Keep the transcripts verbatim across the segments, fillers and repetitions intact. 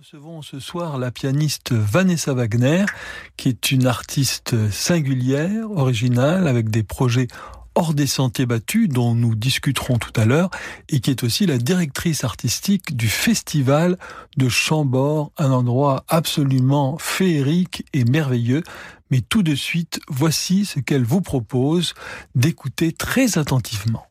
recevons ce soir la pianiste Vanessa Wagner, qui est une artiste singulière, originale, avec des projets hors des sentiers battus, dont nous discuterons tout à l'heure, et qui est aussi la directrice artistique du Festival de Chambord, un endroit absolument féerique et merveilleux. Mais tout de suite, voici ce qu'elle vous propose d'écouter très attentivement.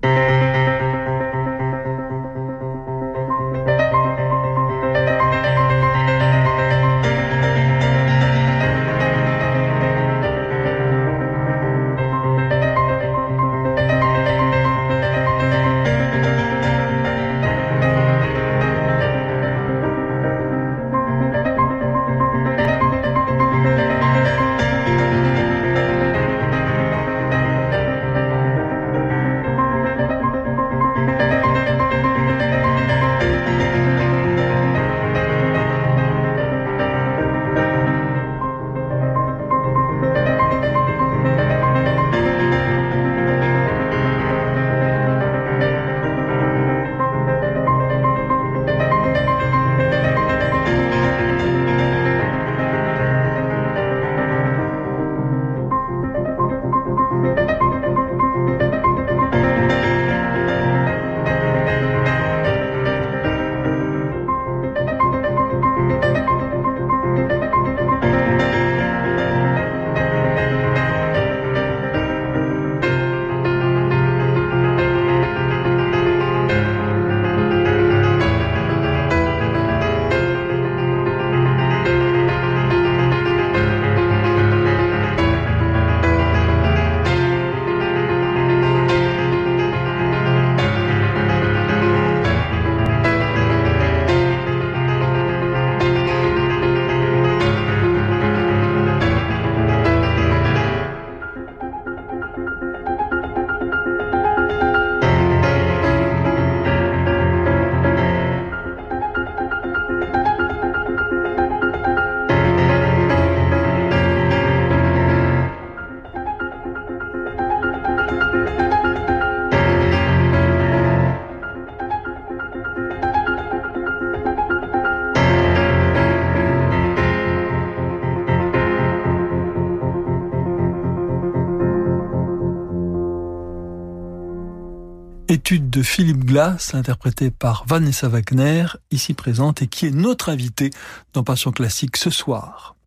Étude de Philippe Glass, interprétée par Vanessa Wagner, ici présente, et qui est notre invitée dans Passion Classique ce soir.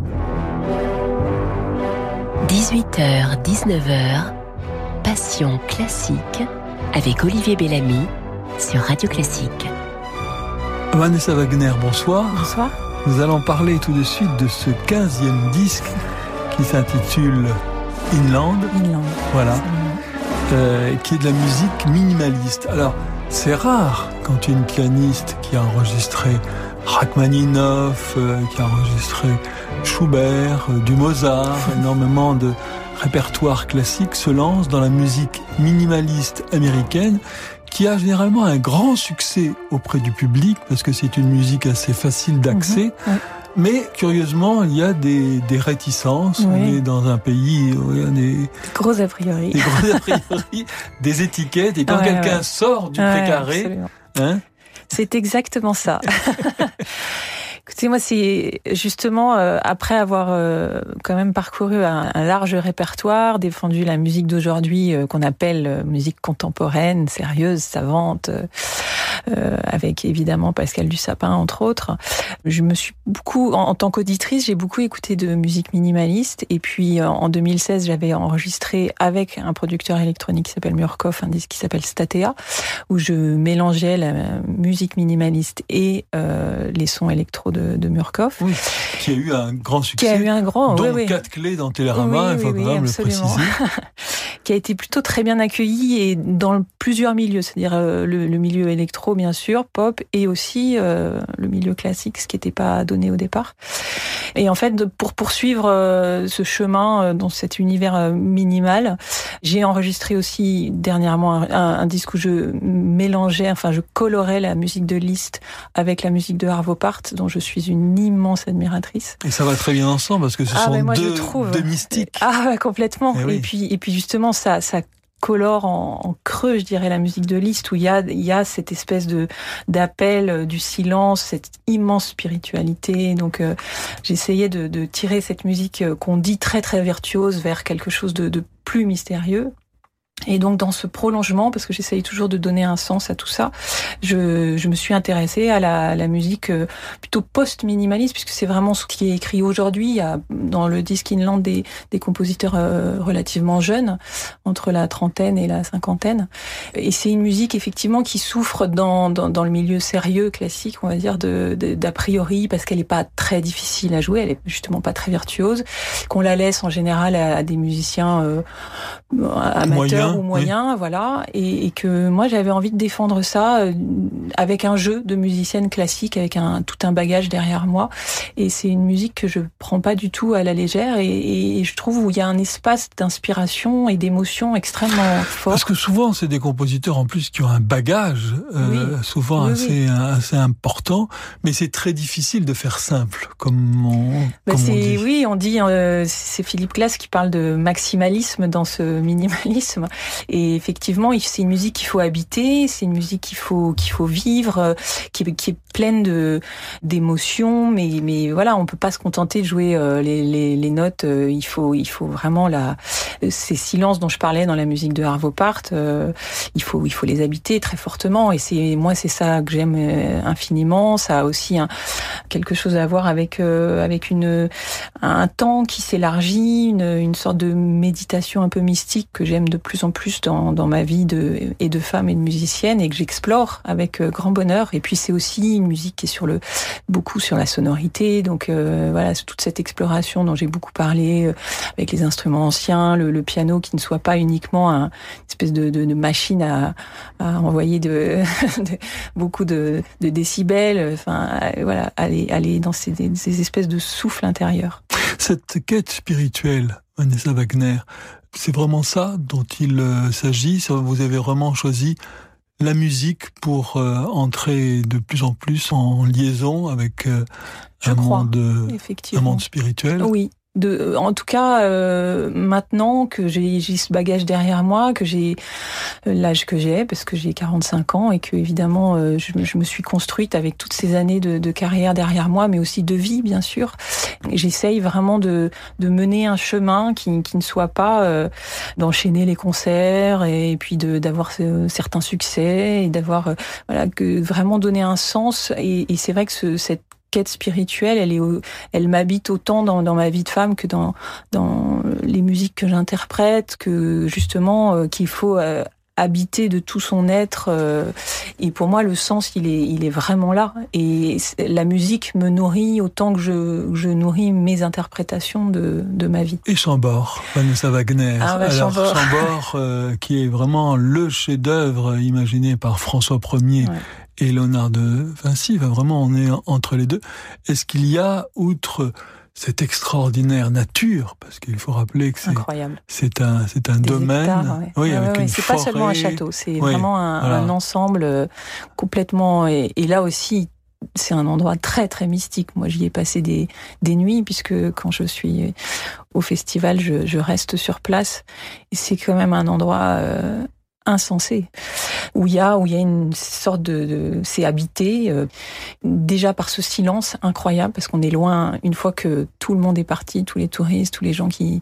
dix-huit heures dix-neuf heures, Passion Classique, avec Olivier Bellamy, sur Radio Classique. Vanessa Wagner, bonsoir. Bonsoir. Nous allons parler tout de suite de ce quinzième disque qui s'intitule Inland. Inland. Voilà. Euh, qui est de la musique minimaliste. Alors, c'est rare quand une pianiste qui a enregistré Rachmaninoff, euh, qui a enregistré Schubert, euh, du Mozart, énormément de répertoire classique, se lance dans la musique minimaliste américaine, qui a généralement un grand succès auprès du public, parce que c'est une musique assez facile d'accès. Mmh, ouais. Mais, curieusement, il y a des, des réticences. Oui. On est dans un pays où il y a des... Des gros a priori. Des gros a priori, des étiquettes. Et quand ouais, quelqu'un ouais. sort du ouais, précaré... Hein, c'est exactement ça. Écoutez, moi, c'est justement, euh, après avoir euh, quand même parcouru un, un large répertoire, défendu la musique d'aujourd'hui euh, qu'on appelle euh, musique contemporaine, sérieuse, savante, euh, euh, avec évidemment Pascal Dussapin, entre autres. Je me suis beaucoup, en, en tant qu'auditrice, j'ai beaucoup écouté de musique minimaliste. Et puis, euh, en deux mille seize, j'avais enregistré avec un producteur électronique qui s'appelle Murkoff, un disque qui s'appelle Statea, où je mélangeais la musique minimaliste et euh, les sons électro de, de Murkoff. Oui, qui a eu un grand succès. Qui a eu un grand, dont oui, oui. quatre clés dans Télérama, oui, il faut oui, quand oui, même absolument. le préciser. Qui a été plutôt très bien accueilli et dans plusieurs milieux, c'est-à-dire euh, le, le milieu électro, bien sûr, pop, et aussi euh, le milieu classique, ce qui n'était pas donné au départ. Et en fait, pour poursuivre euh, ce chemin euh, dans cet univers euh, minimal, j'ai enregistré aussi dernièrement un, un, un disque où je mélangeais, enfin je colorais la musique de Liszt avec la musique de Arvo Pärt, dont je suis une immense admiratrice. Et ça va très bien ensemble parce que ce ah, sont moi, deux, je trouve. deux mystiques. Ah, complètement. Et, oui. et puis, et puis justement, ça, ça colore en, en creux, je dirais, la musique de Liszt, où il y a, il y a cette espèce de d'appel du silence, cette immense spiritualité. Donc, euh, j'essayais de, de tirer cette musique qu'on dit très très virtuose vers quelque chose de, de plus mystérieux. Et donc dans ce prolongement, parce que j'essaye toujours de donner un sens à tout ça, je, je me suis intéressée à la, à la musique plutôt post-minimaliste, puisque c'est vraiment ce qui est écrit aujourd'hui. Il y a dans le disque Inland des, des compositeurs euh, relativement jeunes, entre la trentaine et la cinquantaine. Et c'est une musique effectivement qui souffre dans, dans, dans le milieu sérieux, classique, on va dire, de, de, d'a priori, parce qu'elle n'est pas très difficile à jouer, elle est justement pas très virtuose, qu'on la laisse en général à, à des musiciens euh, amateurs, moyen, ou moyens, oui. Voilà, et, et que moi j'avais envie de défendre ça euh, avec un jeu de musicienne classique, avec un tout un bagage derrière moi. Et c'est une musique que je prends pas du tout à la légère, et, et je trouve où il y a un espace d'inspiration et d'émotion extrêmement fort. Parce que souvent c'est des compositeurs en plus qui ont un bagage euh, oui. souvent oui, assez, oui. assez important, mais c'est très difficile de faire simple, comme on, bah comme c'est, on dit. Oui, on dit, euh, c'est Philippe Glass qui parle de maximalisme dans ce minimalisme. Et effectivement, c'est une musique qu'il faut habiter, c'est une musique qu'il faut qu'il faut vivre, qui, qui est pleine de d'émotions. Mais mais voilà, on peut pas se contenter de jouer euh, les, les les notes. Euh, il faut il faut vraiment la ces silences dont je parlais dans la musique de Arvo Pärt. Euh, il faut il faut les habiter très fortement. Et c'est moi c'est ça que j'aime infiniment. Ça a aussi un, quelque chose à voir avec euh, avec une un temps qui s'élargit, une une sorte de méditation un peu mystique que j'aime de plus en plus dans, dans ma vie de, et de femme et de musicienne, et que j'explore avec grand bonheur. Et puis c'est aussi une musique qui est sur le, beaucoup sur la sonorité, donc euh, voilà, toute cette exploration dont j'ai beaucoup parlé, euh, avec les instruments anciens, le, le piano qui ne soit pas uniquement un, une espèce de, de, de machine à, à envoyer de, de, beaucoup de, de décibels, enfin voilà, aller, aller dans ces, ces espèces de souffle intérieur. Cette quête spirituelle, Vanessa Wagner, c'est vraiment ça dont il euh, s'agit. Vous avez vraiment choisi la musique pour euh, entrer de plus en plus en liaison avec euh, un, crois, monde, un monde spirituel. Oui. De, en tout cas, euh, maintenant que j'ai, j'ai ce bagage derrière moi, que j'ai l'âge que j'ai, parce que j'ai quarante-cinq ans, et que évidemment euh, je, je me suis construite avec toutes ces années de, de carrière derrière moi, mais aussi de vie, bien sûr. Et j'essaye vraiment de, de mener un chemin qui, qui ne soit pas euh, d'enchaîner les concerts et puis de, d'avoir euh, certains succès et d'avoir euh, voilà, que vraiment donner un sens. Et, et c'est vrai que ce, cette quête spirituelle, elle est, elle m'habite autant dans, dans ma vie de femme que dans, dans les musiques que j'interprète, que justement euh, qu'il faut euh, habiter de tout son être. Euh, et pour moi, le sens, il est, il est vraiment là. Et la musique me nourrit autant que je, je nourris mes interprétations de, de ma vie. Et Chambord, Vanessa Wagner. Ah bah, Alors Chambord, Chambord euh, qui est vraiment le chef-d'œuvre imaginé par François Ier. Ouais. Et Léonard de Vinci, va vraiment on est entre les deux. Est-ce qu'il y a, outre cette extraordinaire nature, parce qu'il faut rappeler que c'est incroyable, c'est un c'est un Des domaine, hectares, ouais. oui, ouais, avec ouais, une c'est forêt. pas seulement un château, c'est oui, vraiment un, voilà. un ensemble complètement. Et, et là aussi, c'est un endroit très très mystique. Moi, j'y ai passé des des nuits, puisque quand je suis au festival, je, je reste sur place. Et c'est quand même un endroit euh, insensé, où il y a où il y a une sorte de, de c'est habité euh, déjà par ce silence incroyable, parce qu'on est loin. Une fois que tout le monde est parti, tous les touristes, tous les gens qui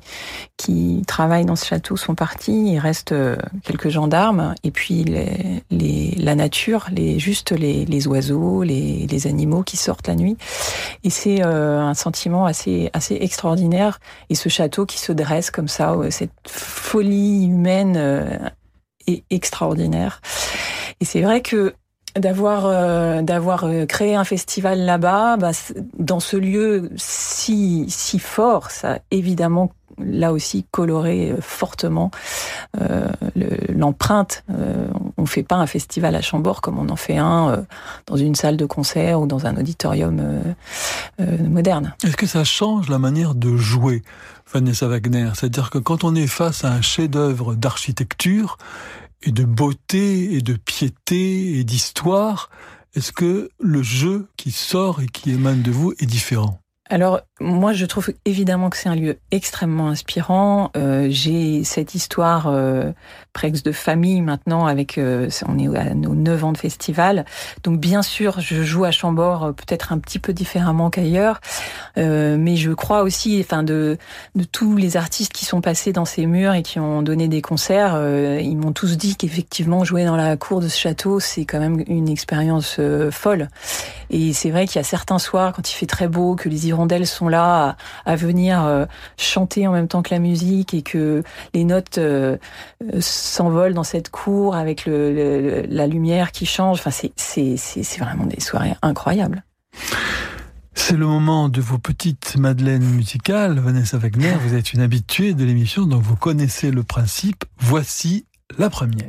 qui travaillent dans ce château sont partis, il reste euh, quelques gendarmes, et puis les, les la nature, les juste les les oiseaux, les les animaux qui sortent la nuit. Et c'est euh, un sentiment assez assez extraordinaire. Et ce château qui se dresse comme ça, cette folie humaine euh, est extraordinaire. Et c'est vrai que d'avoir euh, d'avoir créé un festival là-bas, bah, dans ce lieu si si fort, ça a évidemment là aussi coloré fortement euh, le, l'empreinte. Euh, on fait pas un festival à Chambord comme on en fait un euh, dans une salle de concert ou dans un auditorium euh, euh, moderne. Est-ce que ça change la manière de jouer, Vanessa Wagner? C'est-à-dire que quand on est face à un chef-d'œuvre d'architecture et de beauté et de piété et d'histoire, est-ce que le jeu qui sort et qui émane de vous est différent? Alors moi, je trouve évidemment que c'est un lieu extrêmement inspirant. Euh, j'ai cette histoire euh, presque de famille maintenant, avec euh, on est à nos neuf ans de festival. Donc bien sûr, je joue à Chambord euh, peut-être un petit peu différemment qu'ailleurs, euh, mais je crois aussi, enfin de de tous les artistes qui sont passés dans ces murs et qui ont donné des concerts, euh, ils m'ont tous dit qu'effectivement jouer dans la cour de ce château, c'est quand même une expérience euh, folle. Et c'est vrai qu'il y a certains soirs, quand il fait très beau, que les hirondelles sont là à, à venir euh, chanter en même temps que la musique et que les notes euh, s'envolent dans cette cour avec le, le, la lumière qui change. Enfin, c'est, c'est, c'est, c'est vraiment des soirées incroyables. C'est le moment de vos petites madeleines musicales. Vanessa Wagner, vous êtes une habituée de l'émission, donc vous connaissez le principe. Voici la première.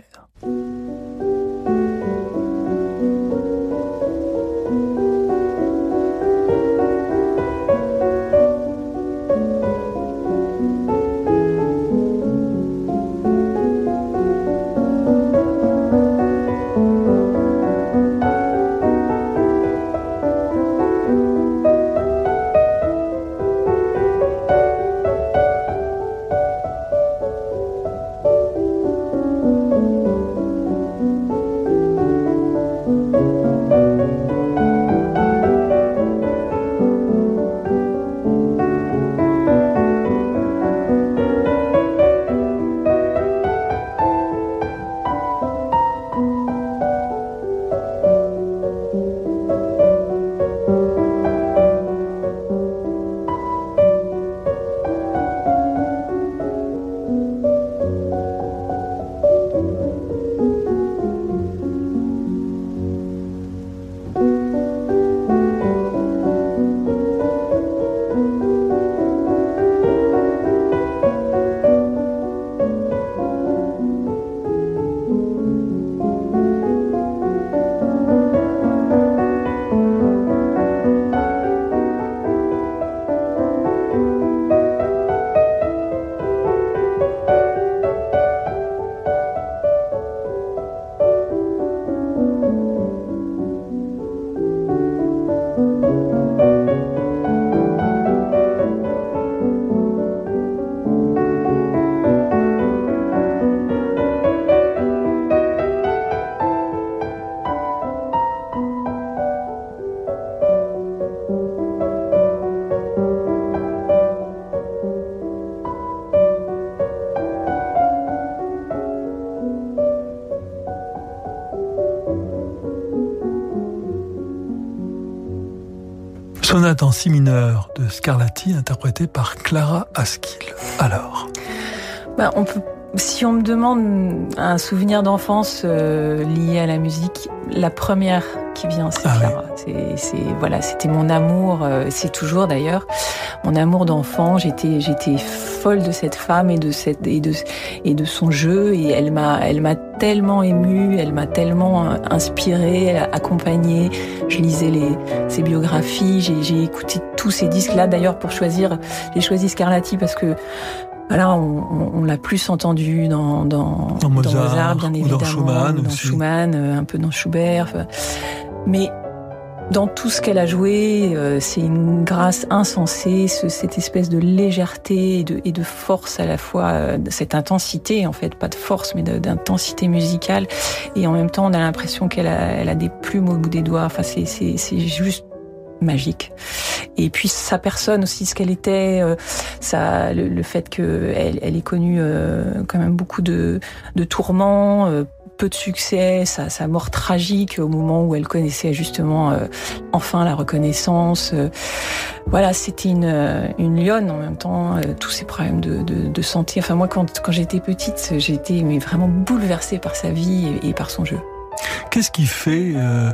Sonate en si mineur de Scarlatti, interprétée par Clara Askill. Alors bah, on peut, si on me demande un souvenir d'enfance euh, lié à la musique, la première qui vient, c'est ah Clara. Oui. C'est, c'est, voilà, c'était mon amour, euh, c'est toujours d'ailleurs mon amour d'enfant. J'étais, j'étais folle de cette femme et de cette et de et de son jeu. Et elle m'a, elle m'a tellement émue, elle m'a tellement inspirée, elle a accompagné. Je lisais les ses biographies, j'ai, j'ai écouté tous ces disques-là. D'ailleurs, pour choisir, j'ai choisi Scarlatti parce que voilà, on, on, on l'a plus entendu dans dans, dans, Mozart, dans Mozart, bien évidemment, dans Schumann, dans aussi. Schumann, un peu dans Schubert. Mais dans tout ce qu'elle a joué, euh, c'est une grâce insensée, ce, cette espèce de légèreté et de, et de force à la fois, euh, cette intensité en fait, pas de force mais de, d'intensité musicale. Et en même temps, on a l'impression qu'elle a, elle a des plumes au bout des doigts. Enfin, c'est, c'est, c'est juste magique. Et puis sa personne aussi, ce qu'elle était, euh, ça, le, le fait qu'elle elle ait connu euh, quand même beaucoup de, de tourments. Euh, peu de succès, sa, sa mort tragique au moment où elle connaissait justement euh, enfin la reconnaissance. Euh, voilà, c'était une, une lionne en même temps, euh, tous ses problèmes de, de, de santé. Enfin moi, quand, quand j'étais petite, j'ai été mais vraiment bouleversée par sa vie et, et par son jeu. Qu'est-ce qui fait, euh,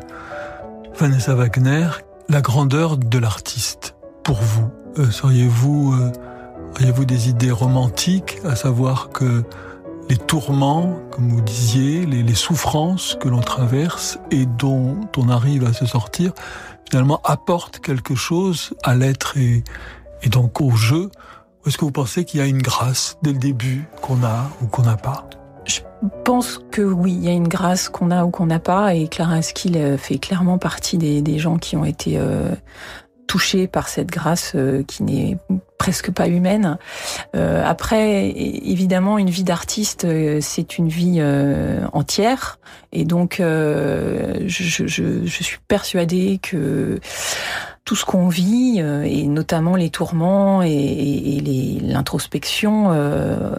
Vanessa Wagner, la grandeur de l'artiste pour vous? euh, Seriez-vous, euh, auriez-vous des idées romantiques, à savoir que les tourments, comme vous disiez, les, les souffrances que l'on traverse et dont on arrive à se sortir, finalement apportent quelque chose à l'être et, et donc au jeu? Ou est-ce que vous pensez qu'il y a une grâce dès le début qu'on a ou qu'on n'a pas? Je pense que oui, il y a une grâce qu'on a ou qu'on n'a pas, et Clara Askill fait clairement partie des, des gens qui ont été euh, touché par cette grâce euh, qui n'est presque pas humaine. Euh, après, évidemment, une vie d'artiste, euh, c'est une vie euh, entière. Et donc, euh, je, je, je suis persuadée que tout ce qu'on vit, euh, et notamment les tourments et, et, et les, l'introspection, euh,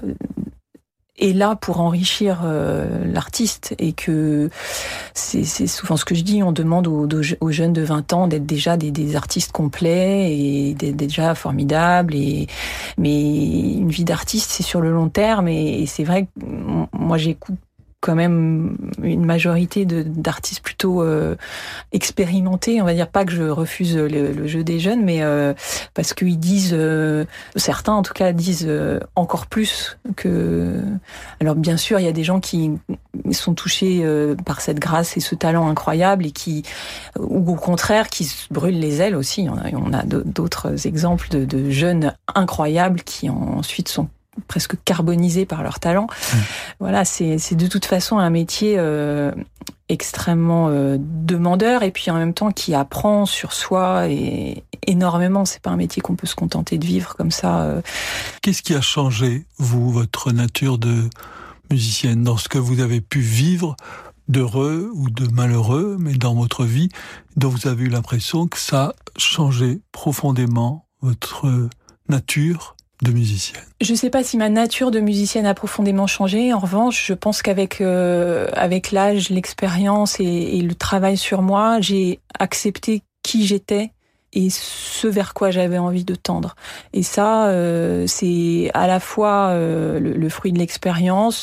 est là pour enrichir euh, l'artiste, et que c'est, c'est souvent ce que je dis, on demande aux, aux jeunes de vingt ans d'être déjà des, des artistes complets et d'être déjà formidables, et, mais une vie d'artiste, c'est sur le long terme, et, et c'est vrai que moi j'écoute quand même une majorité de, d'artistes plutôt euh, expérimentés, on va dire. Pas que je refuse le, le jeu des jeunes, mais euh, parce qu'ils disent, euh, certains en tout cas disent euh, encore plus que... Alors bien sûr, il y a des gens qui sont touchés euh, par cette grâce et ce talent incroyable, et qui, ou au contraire, qui se brûlent les ailes aussi. On a, on a d'autres exemples de, de jeunes incroyables qui ensuite sont presque carbonisés par leur talent. Mmh. Voilà, c'est, c'est de toute façon un métier euh, extrêmement euh, demandeur, et puis en même temps qui apprend sur soi et énormément. C'est pas un métier qu'on peut se contenter de vivre comme ça. Euh. Qu'est-ce qui a changé, vous, votre nature de musicienne, dans ce que vous avez pu vivre d'heureux ou de malheureux, mais dans votre vie, dont vous avez eu l'impression que ça a changé profondément votre nature de musicienne? Je sais pas si ma nature de musicienne a profondément changé. En revanche, je pense qu'avec euh, avec l'âge, l'expérience et, et le travail sur moi, j'ai accepté qui j'étais et ce vers quoi j'avais envie de tendre. Et ça, euh, c'est à la fois euh, le, le fruit de l'expérience,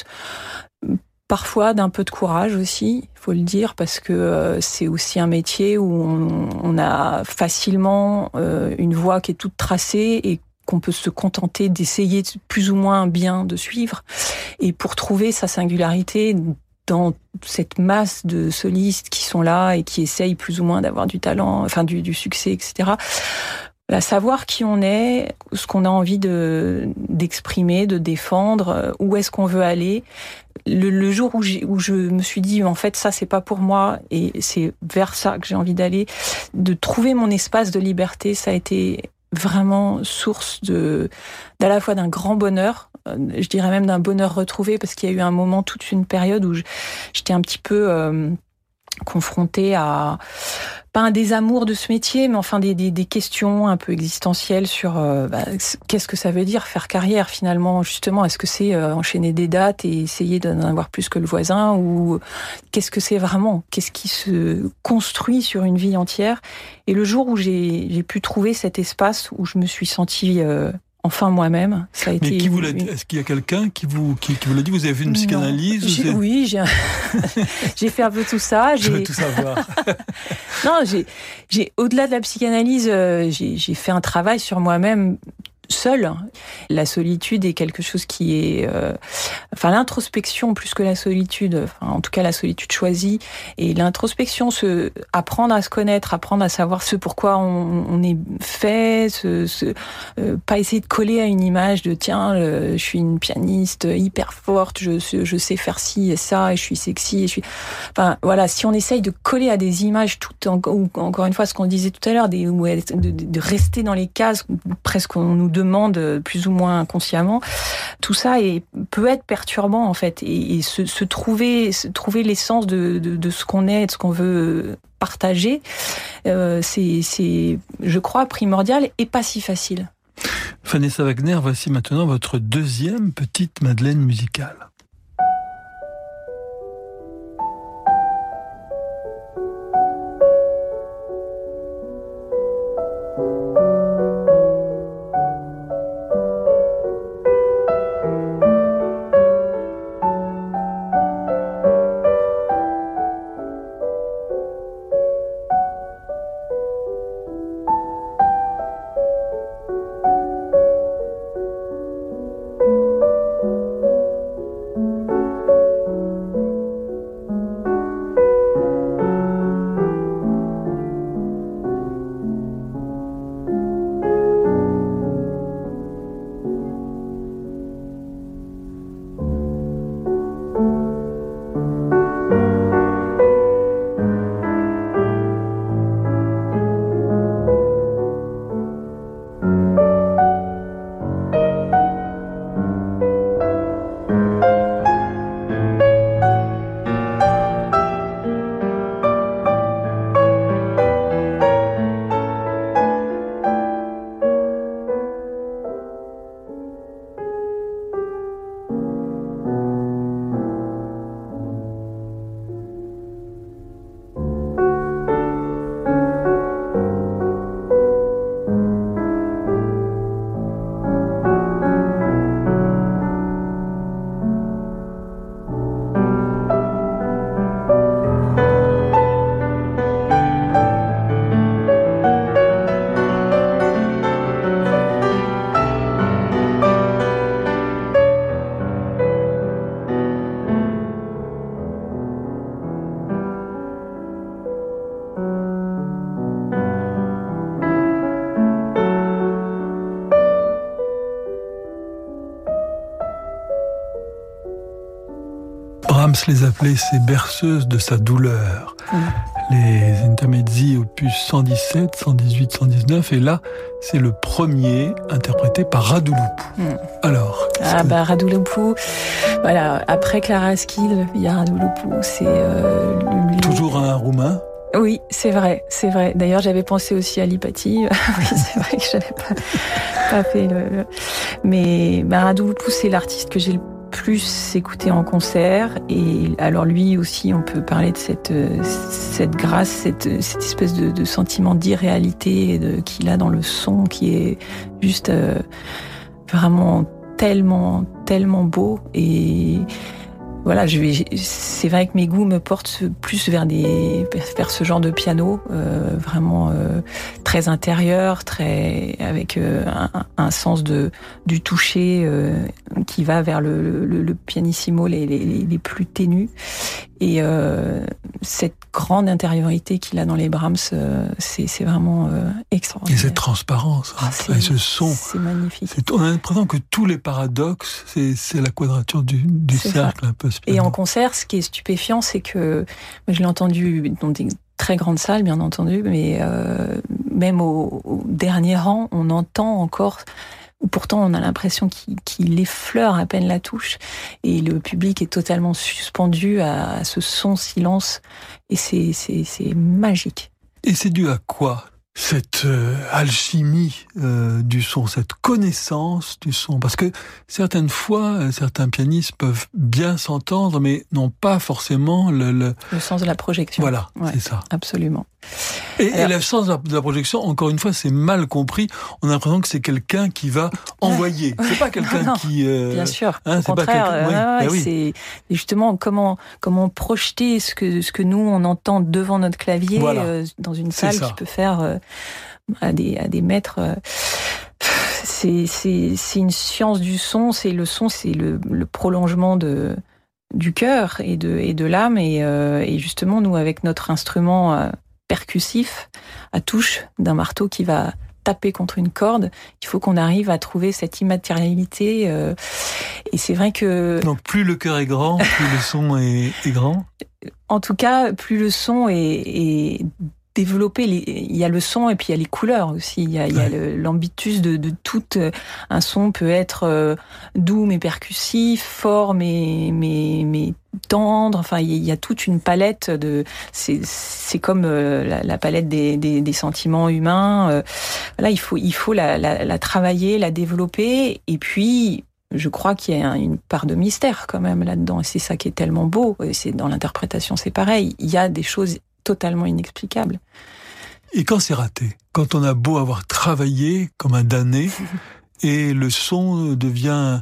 parfois d'un peu de courage aussi, il faut le dire, parce que euh, c'est aussi un métier où on, on a facilement euh, une voie qui est toute tracée et qu'on peut se contenter d'essayer plus ou moins bien de suivre. Et pour trouver sa singularité dans cette masse de solistes qui sont là et qui essayent plus ou moins d'avoir du talent, enfin du, du succès, et cetera. Là, savoir qui on est, ce qu'on a envie de d'exprimer, de défendre, où est-ce qu'on veut aller. Le, le jour où, j'ai, où je me suis dit, en fait, ça, c'est pas pour moi, et c'est vers ça que j'ai envie d'aller, de trouver mon espace de liberté, ça a été vraiment source de, d'à la fois d'un grand bonheur, je dirais même d'un bonheur retrouvé, parce qu'il y a eu un moment, toute une période où je, j'étais un petit peu euh, confrontée à, pas un désamour de ce métier, mais enfin des, des, des questions un peu existentielles sur euh, bah, qu'est-ce que ça veut dire faire carrière finalement, justement. Est-ce que c'est euh, enchaîner des dates et essayer d'en avoir plus que le voisin, ou qu'est-ce que c'est vraiment? Qu'est-ce qui se construit sur une vie entière? Et le jour où j'ai, j'ai pu trouver cet espace où je me suis sentie euh, enfin moi-même, ça a Mais été... qui vous l'a une... dit? Est-ce qu'il y a quelqu'un qui vous, qui, qui vous l'a dit? Vous avez fait une psychanalyse? J'ai, oui, j'ai, j'ai fait un peu tout ça. Je veux tout savoir. Non, j'ai, j'ai, au-delà de la psychanalyse, euh, j'ai, j'ai fait un travail sur moi-même seule. La solitude est quelque chose qui est... Euh, enfin, l'introspection plus que la solitude, enfin, en tout cas la solitude choisie, et l'introspection, se, apprendre à se connaître, apprendre à savoir ce pourquoi on, on est fait, ce, ce, euh, pas essayer de coller à une image de tiens, euh, je suis une pianiste hyper forte, je, je sais faire ci et ça, et je suis sexy, et je suis... Enfin, voilà, si on essaye de coller à des images, tout en, ou encore une fois, ce qu'on disait tout à l'heure, des, de, de, de rester dans les cases, presque on nous demande plus ou moins inconsciemment, tout ça est, peut être perturbant en fait, et, et se, se trouver, se trouver l'essence de, de, de ce qu'on est, de ce qu'on veut partager, euh, c'est, c'est, je crois, primordial et pas si facile. Vanessa Wagner, voici maintenant votre deuxième petite Madeleine musicale. les appelait ses berceuses de sa douleur. Mmh. Les intermezzi opus cent dix-sept, cent dix-huit, cent dix-neuf, et là, c'est le premier interprété par Radu Lupu. Mmh. Alors Ah que... bah Radu Lupu, voilà, après Clara Askill, il y a Radu Lupu, c'est... Euh, lui... Toujours un roumain. Oui, c'est vrai, c'est vrai. D'ailleurs, j'avais pensé aussi à Lipati. Oui, c'est vrai que j'avais pas, pas fait le... le... Mais bah, Radu Lupu, c'est l'artiste que j'ai le plus écouté en concert, et alors lui aussi on peut parler de cette cette grâce, cette cette espèce de, de sentiment d'irréalité de, qu'il a dans le son, qui est juste euh, vraiment tellement tellement beau. Et voilà, je vais, c'est vrai que mes goûts me portent plus vers des, vers ce genre de piano, euh, vraiment euh, très intérieur, très avec euh, un, un sens de du toucher euh, qui va vers le, le, le pianissimo les, les, les plus ténus. Et euh, cette grande intériorité qu'il a dans les Brahms, euh, c'est, c'est vraiment euh, extraordinaire. Et cette transparence, hein, oh, et ce son, c'est magnifique. C'est, on a l'impression que tous les paradoxes, c'est, c'est la quadrature du, du cercle, ça. Un peu. Et en concert, ce qui est stupéfiant, c'est que moi, je l'ai entendu dans des très grandes salles, bien entendu, mais euh, même au, au dernier rang, on entend encore. Où pourtant on a l'impression qu'il, qu'il effleure à peine la touche, et le public est totalement suspendu à, à ce son silence, et c'est, c'est, c'est magique. Et c'est dû à quoi, cette euh, alchimie euh, du son, cette connaissance du son? Parce que certaines fois, euh, certains pianistes peuvent bien s'entendre, mais n'ont pas forcément le... Le, le sens de la projection. Voilà, ouais, c'est ça. Absolument. Et, Alors, et le sens de la, de la projection, encore une fois, c'est mal compris. On a l'impression que c'est quelqu'un qui va envoyer. Ouais. C'est pas quelqu'un non, qui... Euh, bien sûr. Hein, au c'est contraire, pas quelqu'un... ouais, ouais, ouais, bah oui. c'est justement comment comment projeter ce que ce que nous on entend devant notre clavier, voilà. euh, dans une salle qui peut faire euh, à des à des mètres. Euh, c'est c'est c'est une science du son. C'est le son, c'est le, le prolongement de du cœur et de et de l'âme, et, euh, et justement nous avec notre instrument euh, percussif à touche d'un marteau qui va taper contre une corde, il faut qu'on arrive à trouver cette immatérialité, euh, et c'est vrai que... Donc plus le cœur est grand, plus le son est, est grand. En tout cas, plus le son est, est développé, il y a le son et puis il y a les couleurs aussi, il y a, ouais. il y a le, l'ambitus de, de tout. Un son peut être euh, doux mais percussif, fort mais, mais, mais tendre, enfin il y a toute une palette de... C'est, c'est comme euh, la, la palette des, des, des sentiments humains. Euh, voilà, il faut, il faut la, la, la travailler, la développer, et puis... Je crois qu'il y a une part de mystère quand même là-dedans, et c'est ça qui est tellement beau. Et c'est dans l'interprétation, c'est pareil. Il y a des choses totalement inexplicables. Et quand c'est raté, quand on a beau avoir travaillé comme un damné, et le son devient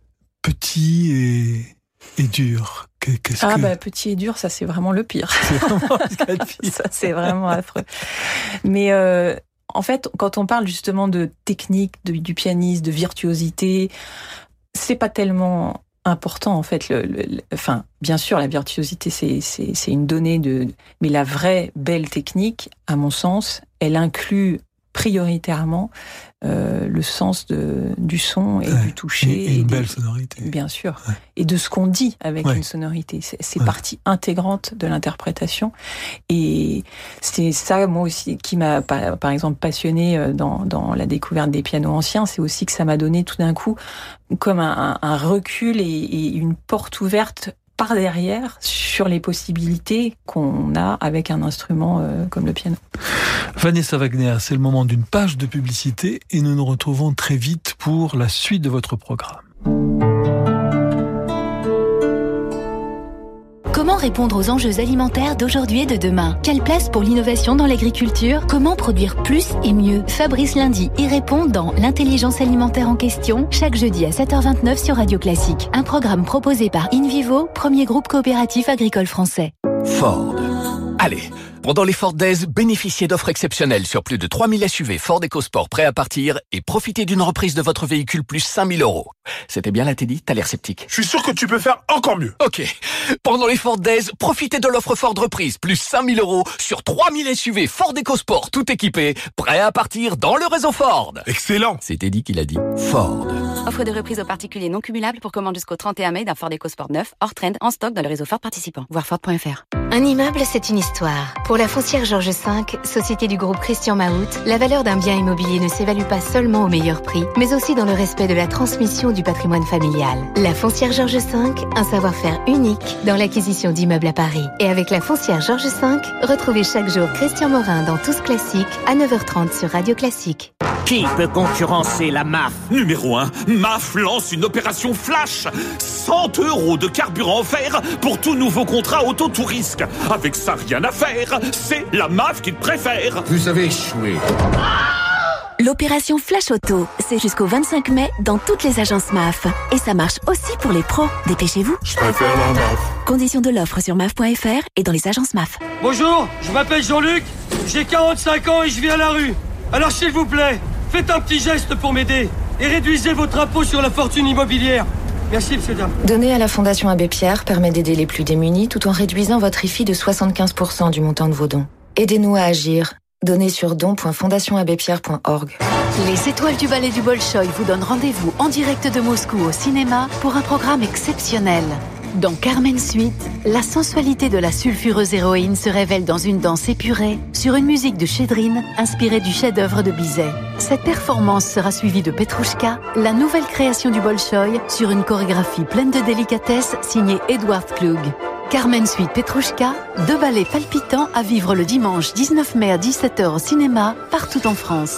petit et, et dur. Qu'est-ce ah que... bah petit et dur, ça c'est vraiment le pire. C'est vraiment ce qu'il y a de pire. Ça c'est vraiment affreux. Mais euh, en fait, quand on parle justement de technique, de, du pianiste, de virtuosité, c'est pas tellement important en fait. Le, le, le, enfin, bien sûr, la virtuosité c'est, c'est, c'est une donnée de, mais la vraie belle technique, à mon sens, elle inclut prioritairement euh, le sens de, du son et ouais, du toucher. Et, et une et belle des, sonorité. Bien sûr. Ouais. Et de ce qu'on dit avec ouais. une sonorité. C'est, c'est ouais. partie intégrante de l'interprétation. Et c'est ça, moi aussi, qui m'a, par, par exemple, passionnée dans, dans la découverte des pianos anciens. C'est aussi que ça m'a donné tout d'un coup comme un, un recul et, et une porte ouverte par derrière sur les possibilités qu'on a avec un instrument euh, comme le piano. Vanessa Wagner, c'est le moment d'une page de publicité et nous nous retrouvons très vite pour la suite de votre programme. Comment répondre aux enjeux alimentaires d'aujourd'hui et de demain? Quelle place pour l'innovation dans l'agriculture? Comment produire plus et mieux? Fabrice Lundi y répond dans L'intelligence alimentaire en question, chaque jeudi à sept heures vingt-neuf sur Radio Classique. Un programme proposé par InVivo, premier groupe coopératif agricole français. Ford. Allez, Pendant les Ford Days, bénéficiez d'offres exceptionnelles sur plus de trois mille S U V Ford EcoSport prêts à partir et profitez d'une reprise de votre véhicule plus cinq mille euros. C'était bien là, Teddy? T'as l'air sceptique. Je suis sûr que tu peux faire encore mieux. Ok. Pendant les Ford Days, profitez de l'offre Ford reprise plus cinq mille euros sur trois mille S U V Ford EcoSport tout équipés, prêts à partir dans le réseau Ford. Excellent. C'est Teddy qui l'a dit. Ford. Offre de reprise aux particuliers non cumulable pour commande jusqu'au trente et un mai d'un Ford EcoSport neuf, hors trend, en stock dans le réseau Ford participant. Voir Ford point F R. Un immeuble, c'est une histoire. Pour la foncière Georges cinq, société du groupe Christian Mahout, la valeur d'un bien immobilier ne s'évalue pas seulement au meilleur prix, mais aussi dans le respect de la transmission du patrimoine familial. La foncière Georges cinq, un savoir-faire unique dans l'acquisition d'immeubles à Paris. Et avec la foncière Georges cinq, retrouvez chaque jour Christian Morin dans Tous Classiques à neuf heures trente sur Radio Classique. Qui peut concurrencer la M A F? Numéro un, M A F lance une opération flash. cent euros de carburant offert pour tout nouveau contrat auto-tout-risque. Avec ça, rien à faire. C'est la M A F qu'il préfère. Vous avez échoué. L'opération Flash Auto, c'est jusqu'au vingt-cinq mai dans toutes les agences M A F. Et ça marche aussi pour les pros. Dépêchez-vous. Je préfère la M A F. Conditions de l'offre sur M A F point F R et dans les agences M A F. Bonjour, je m'appelle Jean-Luc, j'ai quarante-cinq ans et je vis à la rue. Alors s'il vous plaît, faites un petit geste pour m'aider et réduisez votre impôt sur la fortune immobilière. Merci, monsieur dame. Donner à la Fondation Abbé Pierre permet d'aider les plus démunis tout en réduisant votre I F I de soixante-quinze pour cent du montant de vos dons. Aidez-nous à agir. Donnez sur don point fondation abbé pierre point org. Les Étoiles du Ballet du Bolchoï vous donnent rendez-vous en direct de Moscou au cinéma pour un programme exceptionnel. Dans Carmen Suite, la sensualité de la sulfureuse héroïne se révèle dans une danse épurée sur une musique de Chédrine inspirée du chef-d'œuvre de Bizet. Cette performance sera suivie de Petrouchka, la nouvelle création du Bolchoï, sur une chorégraphie pleine de délicatesse signée Edward Klug. Carmen Suite Petrouchka, deux ballets palpitants à vivre le dimanche dix-neuf mai à dix-sept heures au cinéma, partout en France.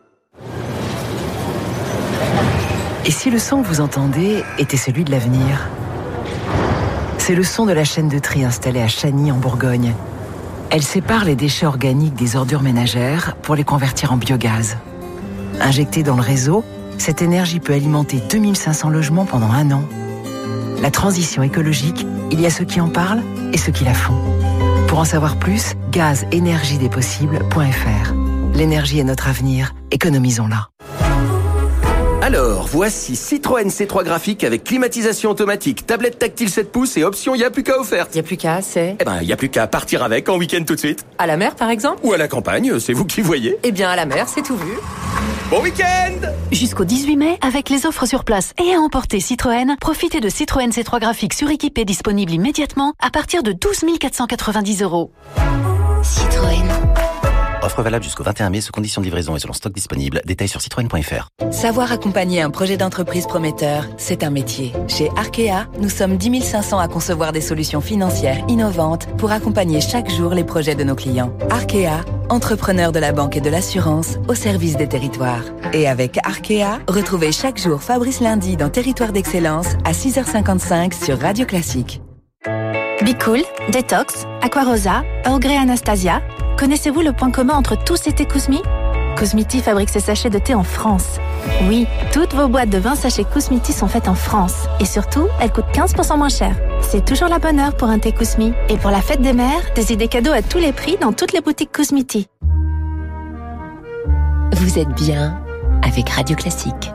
Et si le son que vous entendez était celui de l'avenir ? C'est le son de la chaîne de tri installée à Chagny en Bourgogne. Elle sépare les déchets organiques des ordures ménagères pour les convertir en biogaz. Injectée dans le réseau, cette énergie peut alimenter deux mille cinq cents logements pendant un an. La transition écologique, il y a ceux qui en parlent et ceux qui la font. Pour en savoir plus, gaz énergie des possibles point F R. L'énergie est notre avenir, économisons-la. Alors, voici Citroën C trois graphique avec climatisation automatique, tablette tactile sept pouces et option Y'a plus qu'à offerte. Y'a plus qu'à, c'est... Eh ben, Y'a plus qu'à partir avec en week-end tout de suite. À la mer, par exemple? Ou à la campagne, c'est vous qui voyez. Eh bien, à la mer, c'est tout vu. Bon week-end! Jusqu'au dix-huit mai, avec les offres sur place et à emporter Citroën, profitez de Citroën C trois graphique suréquipé disponible immédiatement à partir de douze mille quatre cent quatre-vingt-dix euros. Citroën. Offre valable jusqu'au vingt et un mai sous conditions de livraison et selon stock disponible. Détails sur citroën point F R. Savoir accompagner un projet d'entreprise prometteur, c'est un métier. Chez Arkea, nous sommes dix mille cinq cents à concevoir des solutions financières innovantes pour accompagner chaque jour les projets de nos clients. Arkea, entrepreneur de la banque et de l'assurance au service des territoires. Et avec Arkea, retrouvez chaque jour Fabrice Lundi dans Territoire d'Excellence à six heures cinquante-cinq sur Radio Classique. Be Cool, Detox, Aquarosa, Earl Grey Anastasia. Connaissez-vous le point commun entre tous ces thés Kousmi ? Kousmiti fabrique ses sachets de thé en France. Oui, toutes vos boîtes de vingt sachets Kousmiti sont faites en France. Et surtout, elles coûtent quinze pour cent moins cher. C'est toujours la bonne heure pour un thé Kousmi. Et pour la fête des mères, des idées cadeaux à tous les prix dans toutes les boutiques Kousmiti. Vous êtes bien avec Radio Classique.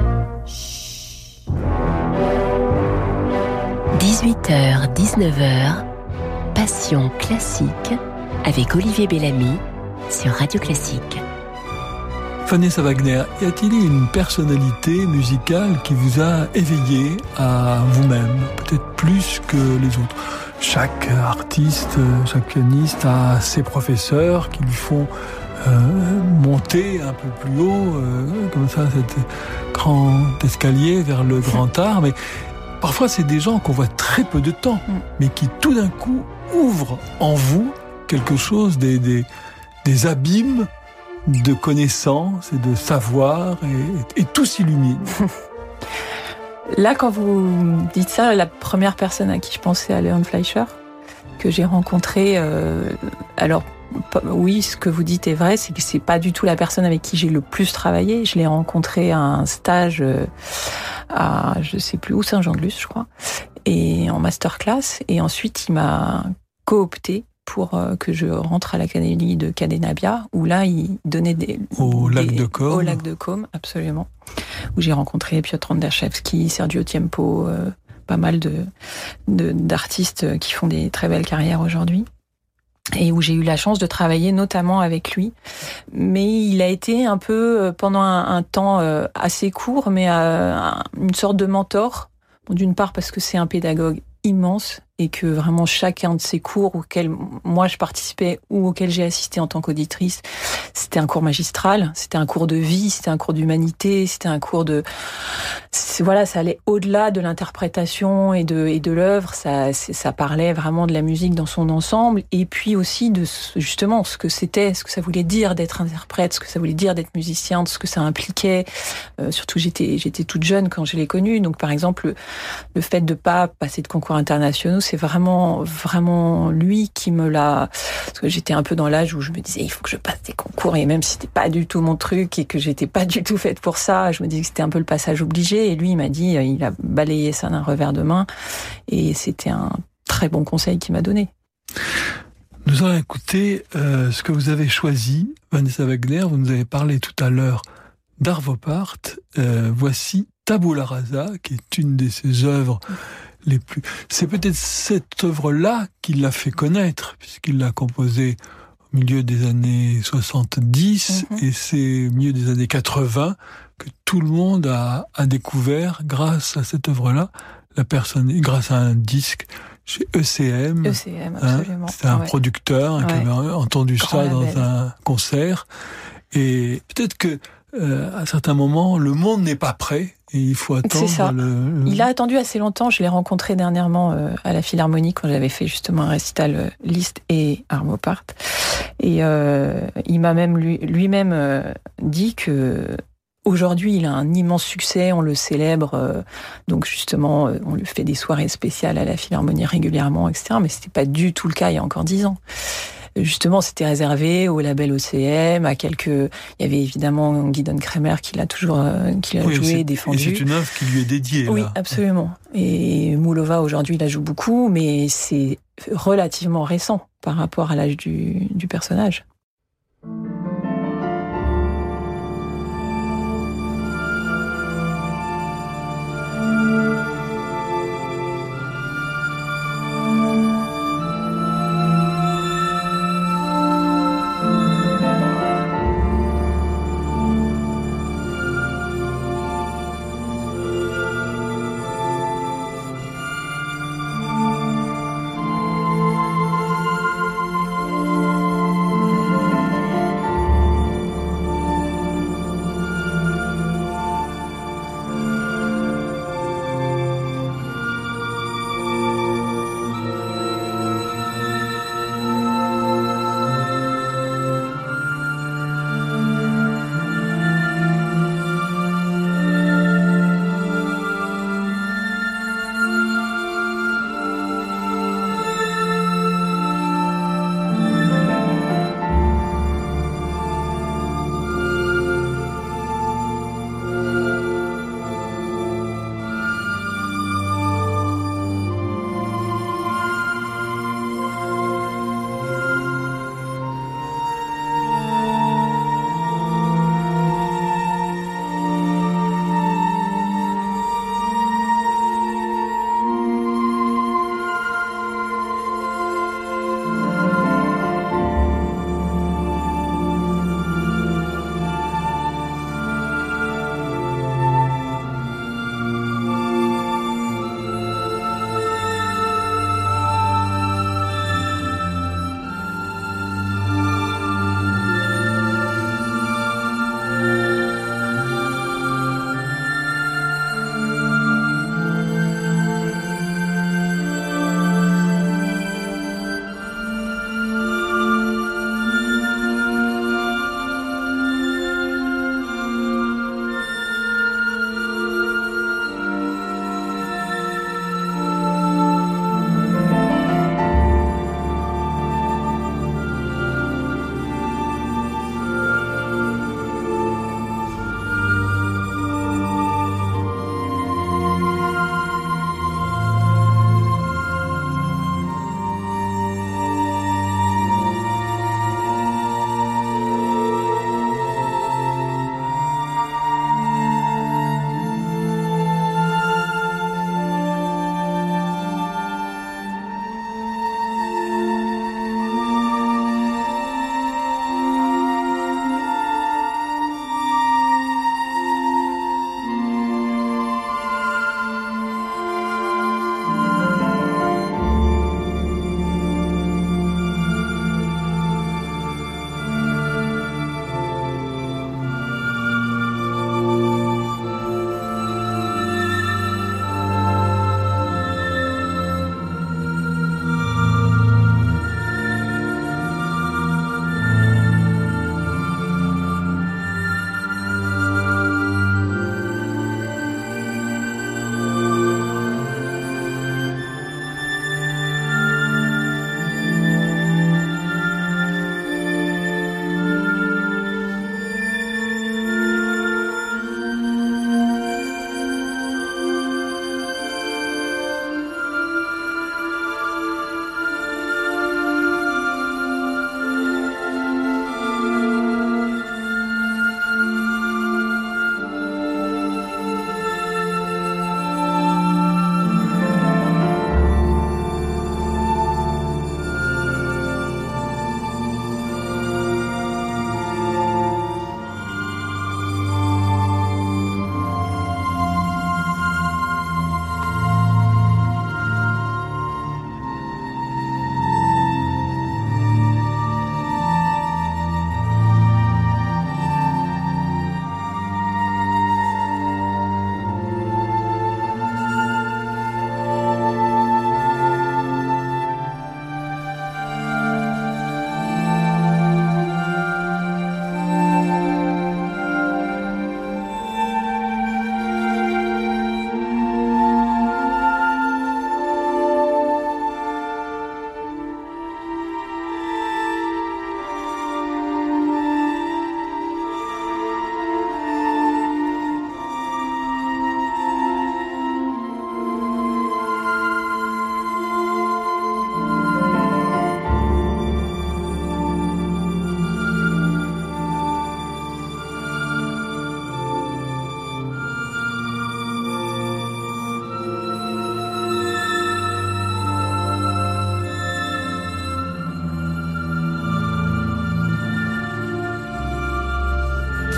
dix-huit heures dix-neuf heures, Passion classique avec Olivier Bellamy sur Radio Classique. Vanessa Wagner, y a-t-il une personnalité musicale qui vous a éveillé à vous-même, peut-être plus que les autres? Chaque artiste, chaque pianiste a ses professeurs qui lui font euh, monter un peu plus haut, euh, comme ça, cet grand escalier vers le grand art. Mais parfois, c'est des gens qu'on voit très peu de temps, mais qui tout d'un coup ouvrent en vous quelque chose, des, des, des abîmes de connaissances et de savoir, et, et tout s'illumine. Là, quand vous dites ça, la première personne à qui je pensais, à Léon Fleischer, que j'ai rencontré, euh, alors oui, ce que vous dites est vrai, c'est que c'est pas du tout la personne avec qui j'ai le plus travaillé. Je l'ai rencontré à un stage à, je sais plus où, Saint-Jean-de-Luz, je crois, et en masterclass, et ensuite il m'a coopté pour euh, que je rentre à l'académie de Cadenabia, où là, il donnait des... Au des, lac de Côme. Au lac de Côme, absolument. Où j'ai rencontré Piotr Anderszewski, Sergio Tiempo, euh, pas mal de, de, d'artistes qui font des très belles carrières aujourd'hui. Et où j'ai eu la chance de travailler notamment avec lui. Mais il a été un peu, pendant un, un temps assez court, mais euh, une sorte de mentor. Bon, d'une part parce que c'est un pédagogue immense et que vraiment chacun de ces cours auxquels moi je participais ou auxquels j'ai assisté en tant qu'auditrice, c'était un cours magistral, c'était un cours de vie, c'était un cours d'humanité, c'était un cours de... Voilà, ça allait au-delà de l'interprétation et de, et de l'œuvre, ça, ça parlait vraiment de la musique dans son ensemble et puis aussi de justement ce que c'était, ce que ça voulait dire d'être interprète, ce que ça voulait dire d'être musicien, ce que ça impliquait. Euh, surtout j'étais, j'étais toute jeune quand je l'ai connu, donc par exemple le, le fait de pas passer de concours internationaux, c'est vraiment, vraiment lui qui me l'a... Parce que j'étais un peu dans l'âge où je me disais, il faut que je passe des concours, et même si c'était pas du tout mon truc et que j'étais pas du tout faite pour ça, je me disais que c'était un peu le passage obligé. Et lui, il m'a dit, il a balayé ça d'un revers de main. Et c'était un très bon conseil qu'il m'a donné. Nous allons écouter euh, ce que vous avez choisi, Vanessa Wegner. Vous nous avez parlé tout à l'heure d'Arvo Pärt. Euh, voici Tabula Rasa, qui est une de ses œuvres les plus... C'est peut-être cette œuvre-là qui l'a fait connaître, puisqu'il l'a composée au milieu des années soixante-dix, mm-hmm. et c'est au milieu des années quatre-vingts que tout le monde a, a découvert, grâce à cette œuvre-là, la personne, grâce à un disque chez E C M. E C M, absolument. Hein, c'était un ouais. producteur hein, ouais. qui avait entendu Grand ça label. Dans un concert. Et peut-être que euh, à certains moments, le monde n'est pas prêt. Et il faut attendre. C'est ça. Le... Il a attendu assez longtemps. Je l'ai rencontré dernièrement euh, à la Philharmonie quand j'avais fait justement un récital euh, Liszt et Arvo Pärt. Et euh, il m'a même lui, lui-même euh, dit que aujourd'hui il a un immense succès. On le célèbre. Euh, donc justement, euh, on lui fait des soirées spéciales à la Philharmonie régulièrement, et cetera. Mais c'était pas du tout le cas il y a encore dix ans. Justement, c'était réservé au label O C M, à quelques... Il y avait évidemment Guidon Kremer qui l'a toujours euh, qui l'a oui, joué, c'est, défendu. Et c'est une œuvre qui lui est dédiée. Oui, là. absolument. Et Moulova, aujourd'hui, la joue beaucoup, mais c'est relativement récent par rapport à l'âge du, du personnage.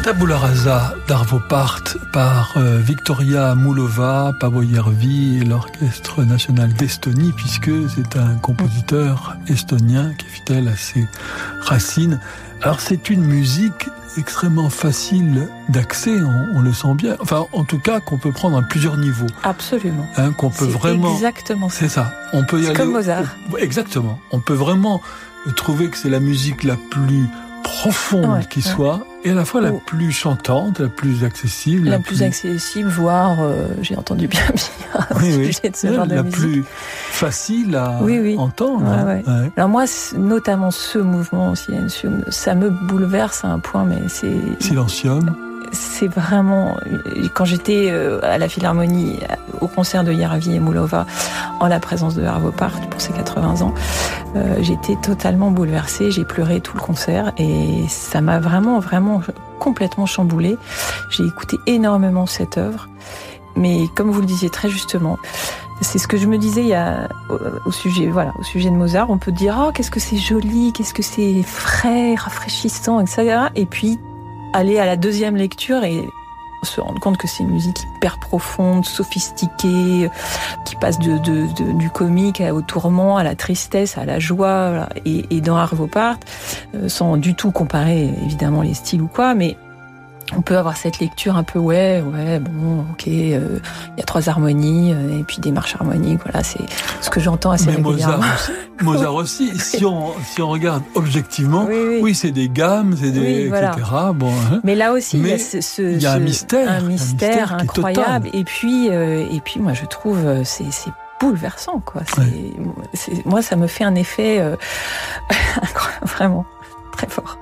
Tabula Rasa d'Arvo Part par euh, Victoria Moulova, Pavo Järvi et l'Orchestre National d'Estonie, puisque c'est un compositeur estonien qui est fidèle à ses racines. Alors c'est une musique extrêmement facile d'accès, on, on le sent bien. Enfin, en tout cas, qu'on peut prendre à plusieurs niveaux. Absolument. Hein, qu'on peut c'est vraiment. Exactement ça. C'est ça. On peut y c'est aller. Comme Mozart. Au... Exactement. On peut vraiment trouver que c'est la musique la plus profonde ouais, qui ouais. soit, et à la fois la oh. plus chantante, la plus accessible. La, la plus, plus accessible, voire, euh, j'ai entendu bien bien au oui, sujet oui. de ce ouais, genre de la musique. La plus facile à oui, oui. entendre. Ouais, hein. ouais. Ouais. Alors moi, notamment ce mouvement, Silencium, ça me bouleverse à un point, mais c'est... Silencium. C'est vraiment... Quand j'étais à la Philharmonie, au concert de Järvi et Moulova, en la présence de Arvo Part pour ses quatre-vingts ans, euh, j'étais totalement bouleversée, j'ai pleuré tout le concert et ça m'a vraiment, vraiment complètement chamboulée. J'ai écouté énormément cette œuvre, mais comme vous le disiez très justement, c'est ce que je me disais il y a, au, au sujet, voilà, au sujet de Mozart. On peut dire, oh, qu'est-ce que c'est joli, qu'est-ce que c'est frais, rafraîchissant, et cetera. Et puis, aller à la deuxième lecture et se rendre compte que c'est une musique hyper profonde, sophistiquée, qui passe de, de, de, du comique au tourment, à la tristesse, à la joie. Voilà. Et, et dans Arvo Part, euh, sans du tout comparer évidemment les styles ou quoi, mais on peut avoir cette lecture un peu ouais, ouais, bon, ok, il euh, y a trois harmonies euh, et puis des marches harmoniques. Voilà, c'est ce que j'entends assez Mais régulièrement. Mozart aussi. Mozart aussi. Si on si on regarde objectivement, oui, oui. oui c'est des gammes, c'est des oui, voilà. et cetera. Bon. Hein. Mais là aussi, Mais il y a ce, ce il y a un mystère, un mystère, un mystère incroyable. Et puis euh, et puis moi je trouve c'est c'est bouleversant quoi. C'est, oui. c'est moi ça me fait un effet euh, vraiment très fort.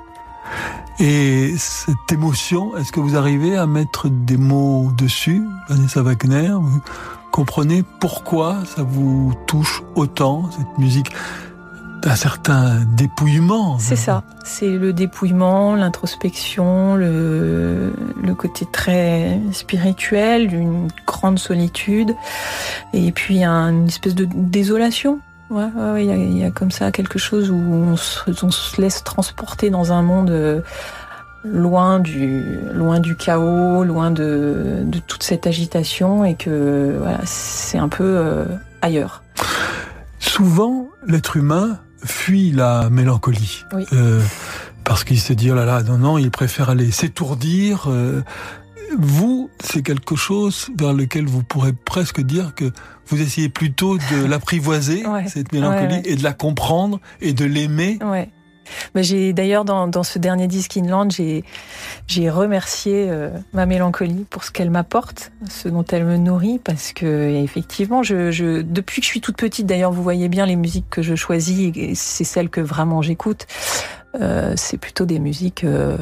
Et cette émotion, est-ce que vous arrivez à mettre des mots dessus, Vanessa Wagner? Vous comprenez pourquoi ça vous touche autant, cette musique d'un certain dépouillement? C'est ça, c'est le dépouillement, l'introspection, le, le côté très spirituel, une grande solitude, et puis une espèce de désolation. Ouais, ouais, ouais, il y a, il y a comme ça quelque chose où on se, on se laisse transporter dans un monde euh, loin du, loin du chaos, loin de, de toute cette agitation, et que voilà, c'est un peu euh, ailleurs. Souvent, l'être humain fuit la mélancolie, oui. euh, parce qu'il se dit oh là là, non non, il préfère aller s'étourdir. Euh, Vous, c'est quelque chose vers lequel vous pourrez presque dire que vous essayez plutôt de l'apprivoiser, ouais, cette mélancolie, ouais, ouais. et de la comprendre et de l'aimer. Ouais. Ben j'ai d'ailleurs dans, dans ce dernier disque Inland, j'ai j'ai remercié euh, ma mélancolie pour ce qu'elle m'apporte, ce dont elle me nourrit, parce que effectivement, je, je depuis que je suis toute petite, d'ailleurs, vous voyez bien les musiques que je choisis, et c'est celles que vraiment j'écoute. Euh, c'est plutôt des musiques euh,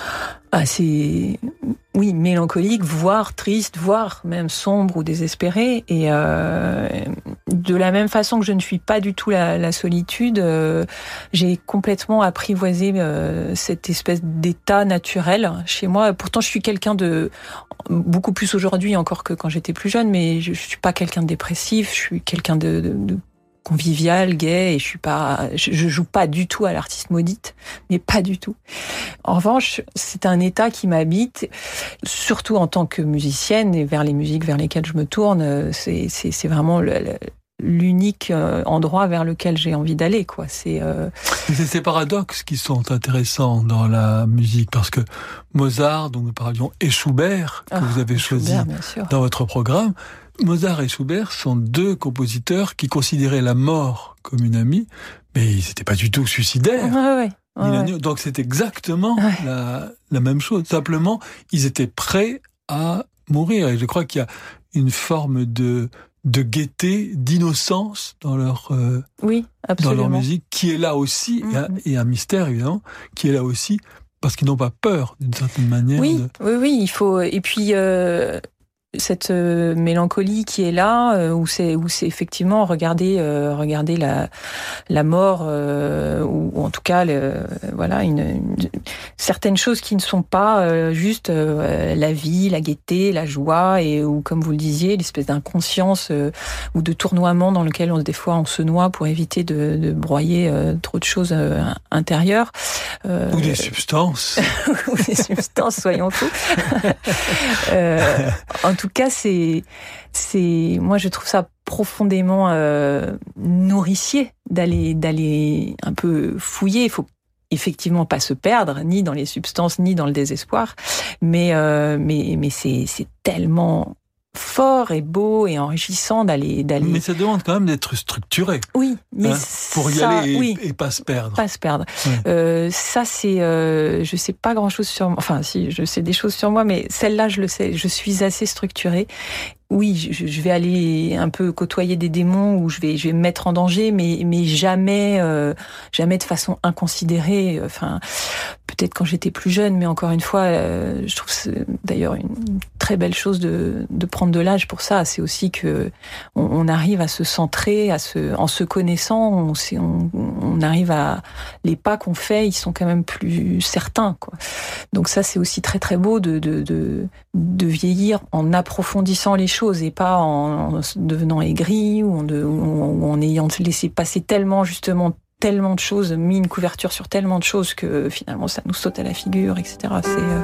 assez, oui, mélancoliques, voire tristes, voire même sombres ou désespérées. Et euh, de la même façon que je ne suis pas du tout la, la solitude, euh, j'ai complètement apprivoisé euh, cette espèce d'état naturel chez moi. Pourtant, je suis quelqu'un de beaucoup plus aujourd'hui encore que quand j'étais plus jeune, mais je, je suis pas quelqu'un de dépressif. Je suis quelqu'un de, de, de convivial, gay, et je suis pas, je, je joue pas du tout à l'artiste maudite, mais pas du tout. En revanche, c'est un état qui m'habite, surtout en tant que musicienne, et vers les musiques vers lesquelles je me tourne, c'est, c'est, c'est vraiment le, le, l'unique endroit vers lequel j'ai envie d'aller, quoi. C'est, euh... c'est ces paradoxes qui sont intéressants dans la musique, parce que Mozart, dont nous parlions, et Schubert, que oh, vous avez choisi Schubert, dans votre programme, Mozart et Schubert sont deux compositeurs qui considéraient la mort comme une amie, mais ils n'étaient pas du tout suicidaires. Ouais, ouais, ouais, ouais. Donc c'est exactement ouais. la, la même chose. Simplement, ils étaient prêts à mourir. Et je crois qu'il y a une forme de, de gaieté, d'innocence dans leur, euh, oui, dans leur musique, qui est là aussi, mm-hmm. et, un, et un mystère évidemment, qui est là aussi, parce qu'ils n'ont pas peur d'une certaine manière. Oui, de... oui, oui, il faut. Et puis. Euh... cette euh, mélancolie qui est là, euh, où c'est où c'est effectivement regarder euh, regarder la la mort euh, ou, ou en tout cas le, voilà une, une certaines choses qui ne sont pas euh, juste euh, la vie, la gaieté, la joie et ou comme vous le disiez l'espèce d'inconscience euh, ou de tournoiement dans lequel on des fois on se noie pour éviter de, de broyer euh, trop de choses euh, intérieures euh, ou des substances ou des substances soyons fous. euh, en tout cas, c'est, c'est, moi, je trouve ça profondément euh, nourricier d'aller, d'aller un peu fouiller. Il faut effectivement pas se perdre, ni dans les substances, ni dans le désespoir, mais, euh, mais, mais c'est, c'est tellement fort et beau et enrichissant d'aller d'aller. Mais ça demande quand même d'être structuré. Oui, mais hein, pour y ça, aller et, oui, et pas se perdre. Pas se perdre. Ouais. Euh, ça c'est, euh, je sais pas grand chose sur moi. Enfin, si je sais des choses sur moi, mais celle-là je le sais. Je suis assez structurée. Oui, je, je vais aller un peu côtoyer des démons où je vais, je vais me mettre en danger, mais mais jamais, euh, jamais de façon inconsidérée. Enfin, peut-être quand j'étais plus jeune, mais encore une fois, euh, je trouve c'est d'ailleurs une très belle chose de de prendre de l'âge pour ça. C'est aussi que on, on arrive à se centrer, à se, en se connaissant, on, on, on arrive à les pas qu'on fait, ils sont quand même plus certains, quoi. Donc ça, c'est aussi très très beau de de de, de vieillir en approfondissant les choses. Choses et pas en, en devenant aigri ou en, de, ou en ayant laissé passer tellement justement tellement de choses, mis une couverture sur tellement de choses que finalement ça nous saute à la figure, et cetera. C'est euh...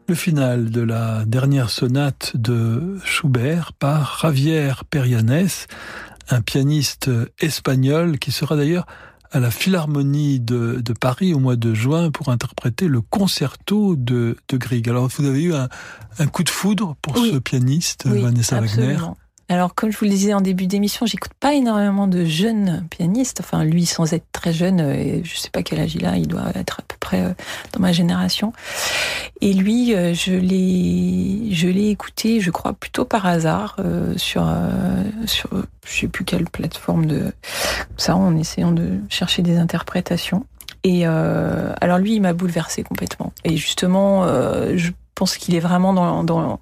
Le final de la dernière sonate de Schubert par Javier Perianes, un pianiste espagnol qui sera d'ailleurs à la Philharmonie de, de Paris au mois de juin pour interpréter le concerto de, de Grieg. Alors, vous avez eu un, un coup de foudre pour oui. ce pianiste, oui, Vanessa absolument. Wagner. Alors, comme je vous le disais en début d'émission, j'écoute pas énormément de jeunes pianistes. Enfin, lui, sans être très jeune, et je sais pas quel âge il a, il doit être à peu près dans ma génération. Et lui, je l'ai, je l'ai écouté, je crois, plutôt par hasard, euh, sur, euh, sur, je sais plus quelle plateforme de, ça, en essayant de chercher des interprétations. Et euh, alors lui, il m'a bouleversée complètement. Et justement, euh, je pense qu'il est vraiment dans, dans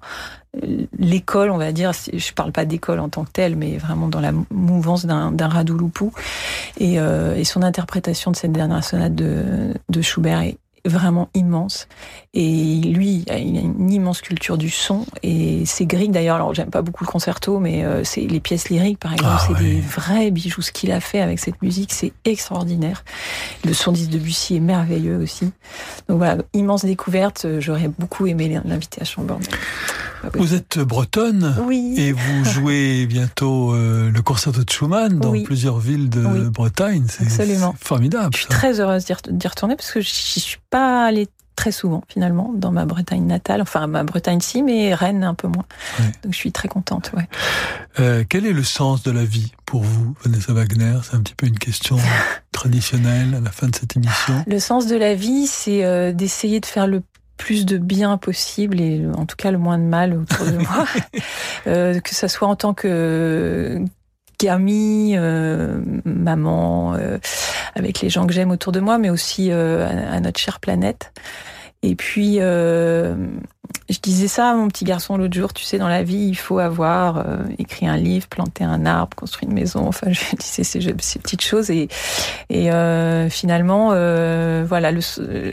l'école, on va dire, je parle pas d'école en tant que telle, mais vraiment dans la mouvance d'un, d'un Radouloupou. Et, euh, et son interprétation de cette dernière sonate de, de Schubert est vraiment immense. Et lui, il a une immense culture du son. Et c'est Grieg, d'ailleurs, alors j'aime pas beaucoup le concerto, mais euh, c'est les pièces lyriques, par exemple, ah, c'est oui. des vrais bijoux. Ce qu'il a fait avec cette musique, c'est extraordinaire. Le son de Debussy est merveilleux aussi. Donc voilà, immense découverte. J'aurais beaucoup aimé l'inviter à Chambord. Vous êtes bretonne, oui. et vous jouez bientôt euh, le concerto de Schumann dans oui. plusieurs villes de oui. Bretagne. C'est, Absolument. c'est formidable. Je suis ça. très heureuse d'y, d'y retourner parce que j'y suis pas allée très souvent finalement dans ma Bretagne natale. Enfin, ma Bretagne si, mais Rennes un peu moins. Ouais. Donc je suis très contente. Ouais. Euh, quel est le sens de la vie pour vous, Vanessa Wagner ? C'est un petit peu une question traditionnelle à la fin de cette émission. Le sens de la vie, c'est euh, d'essayer de faire le plus de bien possible et en tout cas le moins de mal autour de moi. euh, que ça soit en tant que qu'amie, euh, maman, euh, avec les gens que j'aime autour de moi, mais aussi euh, à, à notre chère planète. Et puis, euh, je disais ça à mon petit garçon l'autre jour, tu sais, dans la vie, il faut avoir euh, écrit un livre, planté un arbre, construit une maison, enfin, je disais ces, ces petites choses. Et, et euh, finalement, euh, voilà, le,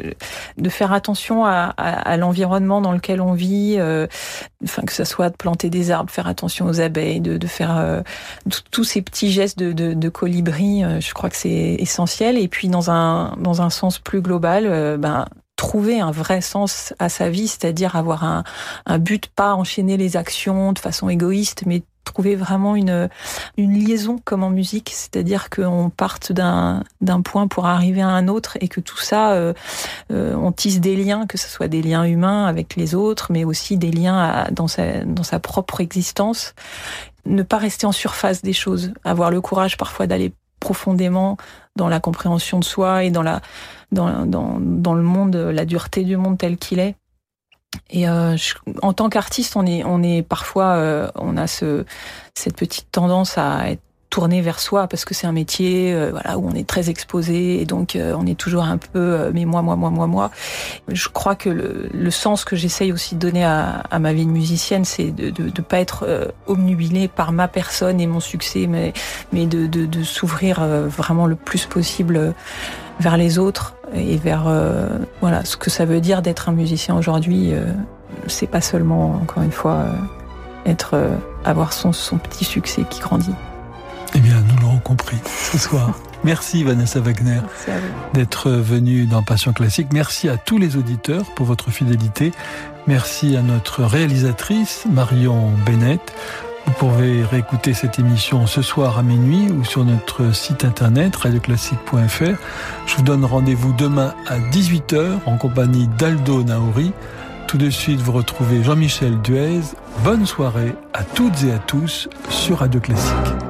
de faire attention à, à, à l'environnement dans lequel on vit, euh, enfin, que ça soit de planter des arbres, faire attention aux abeilles, de, de faire euh, tous ces petits gestes de, de, de colibri, euh, je crois que c'est essentiel. Et puis, dans un, dans un sens plus global, euh, ben, trouver un vrai sens à sa vie, c'est-à-dire avoir un, un but, pas enchaîner les actions de façon égoïste, mais trouver vraiment une, une liaison comme en musique, c'est-à-dire qu'on parte d'un, d'un point pour arriver à un autre et que tout ça, euh, euh, on tisse des liens, que ce soit des liens humains avec les autres, mais aussi des liens à, dans, sa, dans sa propre existence. Ne pas rester en surface des choses, avoir le courage parfois d'aller profondément dans la compréhension de soi et dans la dans dans dans le monde, la dureté du monde tel qu'il est. Et euh, je, en tant qu'artiste, on est on est parfois euh, on a ce cette petite tendance à être tourné vers soi parce que c'est un métier euh, voilà où on est très exposé et donc euh, on est toujours un peu euh, mais moi moi moi moi moi. Je crois que le, le sens que j'essaye aussi de donner à, à ma vie de musicienne, c'est de de, de pas être euh, obnubilé par ma personne et mon succès, mais mais de de, de s'ouvrir euh, vraiment le plus possible vers les autres et vers euh, voilà ce que ça veut dire d'être un musicien aujourd'hui. Euh, c'est pas seulement encore une fois euh, être euh, avoir son son petit succès qui grandit. Eh bien, nous l'aurons compris ce soir. Merci Vanessa Wagner d'être venue dans Passion Classique. Merci à tous les auditeurs pour votre fidélité. Merci à notre réalisatrice Marion Bennett. Vous pouvez réécouter cette émission ce soir à minuit ou sur notre site internet radio classique point f r. Je vous donne rendez-vous demain à dix-huit heures en compagnie d'Aldo Naouri. Tout de suite, vous retrouvez Jean-Michel Duez. Bonne soirée à toutes et à tous sur Radio Classique.